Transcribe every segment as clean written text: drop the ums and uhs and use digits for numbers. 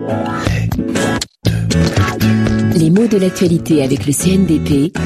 Les mots de l'actualité avec le CNDP.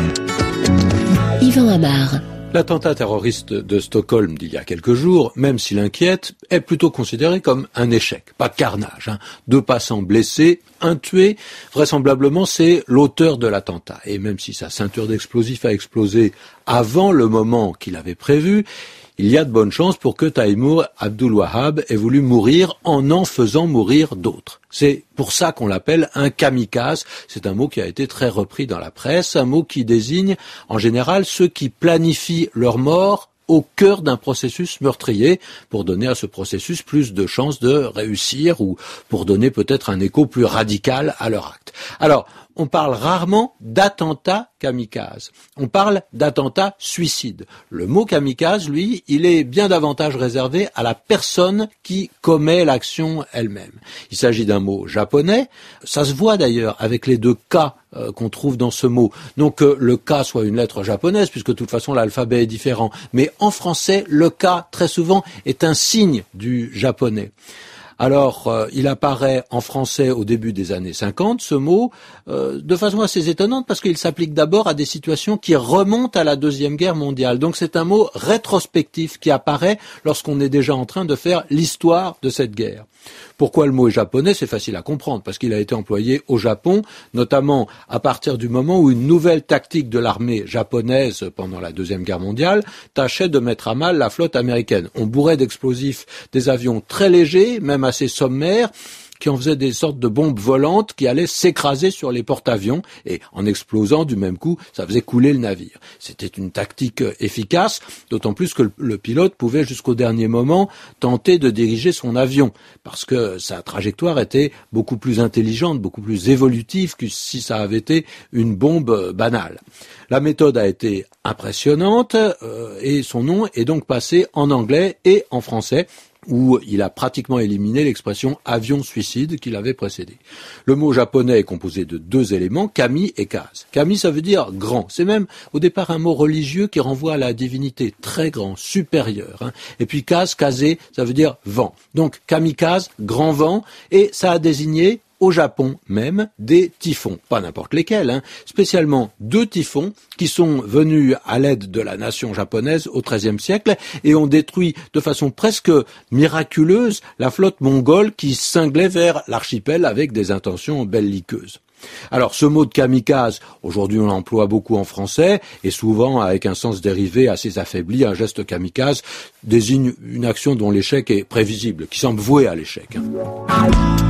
Yvan Amar. L'attentat terroriste de Stockholm d'il y a quelques jours, même s'il inquiète, est plutôt considéré comme un échec. Pas de carnage, 2 passants blessés, un tué. Vraisemblablement, c'est l'auteur de l'attentat. Et même si sa ceinture d'explosifs a explosé avant le moment qu'il avait prévu, il y a de bonnes chances pour que Taimour Abdul-Wahab ait voulu mourir en faisant mourir d'autres. C'est pour ça qu'on l'appelle un kamikaze. C'est un mot qui a été très repris dans la presse, un mot qui désigne en général ceux qui planifient leur mort au cœur d'un processus meurtrier pour donner à ce processus plus de chances de réussir ou pour donner peut-être un écho plus radical à leur acte. Alors, on parle rarement d'attentat kamikaze. On parle d'attentat suicide. Le mot kamikaze, lui, il est bien davantage réservé à la personne qui commet l'action elle-même. Il s'agit d'un mot japonais. Ça se voit d'ailleurs avec les 2 K qu'on trouve dans ce mot. Non que le K soit une lettre japonaise, puisque de toute façon l'alphabet est différent. Mais en français, le K, très souvent, est un signe du japonais. Alors, il apparaît en français au début des années 50, ce mot, de façon assez étonnante parce qu'il s'applique d'abord à des situations qui remontent à la Deuxième Guerre mondiale. Donc c'est un mot rétrospectif qui apparaît lorsqu'on est déjà en train de faire l'histoire de cette guerre. Pourquoi le mot est japonais? C'est facile à comprendre, parce qu'il a été employé au Japon, notamment à partir du moment où une nouvelle tactique de l'armée japonaise pendant la Deuxième Guerre mondiale tâchait de mettre à mal la flotte américaine. On bourrait d'explosifs des avions très légers, même assez sommaires, qui en faisaient des sortes de bombes volantes qui allaient s'écraser sur les porte-avions et en explosant du même coup, ça faisait couler le navire. C'était une tactique efficace, d'autant plus que le pilote pouvait jusqu'au dernier moment tenter de diriger son avion parce que sa trajectoire était beaucoup plus intelligente, beaucoup plus évolutive que si ça avait été une bombe banale. La méthode a été impressionnante et son nom est donc passé en anglais et en français, où il a pratiquement éliminé l'expression « avion-suicide » qui l'avait précédé. Le mot japonais est composé de 2 éléments, kami et kaze. Kami, ça veut dire grand. C'est même au départ un mot religieux qui renvoie à la divinité, très grand, supérieur. Et puis kaze, kazé, ça veut dire vent. Donc kamikaze, grand vent, et ça a désigné au Japon même des typhons, pas n'importe lesquels, spécialement 2 typhons qui sont venus à l'aide de la nation japonaise au XIIIe siècle et ont détruit de façon presque miraculeuse la flotte mongole qui cinglait vers l'archipel avec des intentions belliqueuses. Alors ce mot de kamikaze, aujourd'hui on l'emploie beaucoup en français et souvent avec un sens dérivé assez affaibli. Un geste kamikaze désigne une action dont l'échec est prévisible, qui semble voué à l'échec.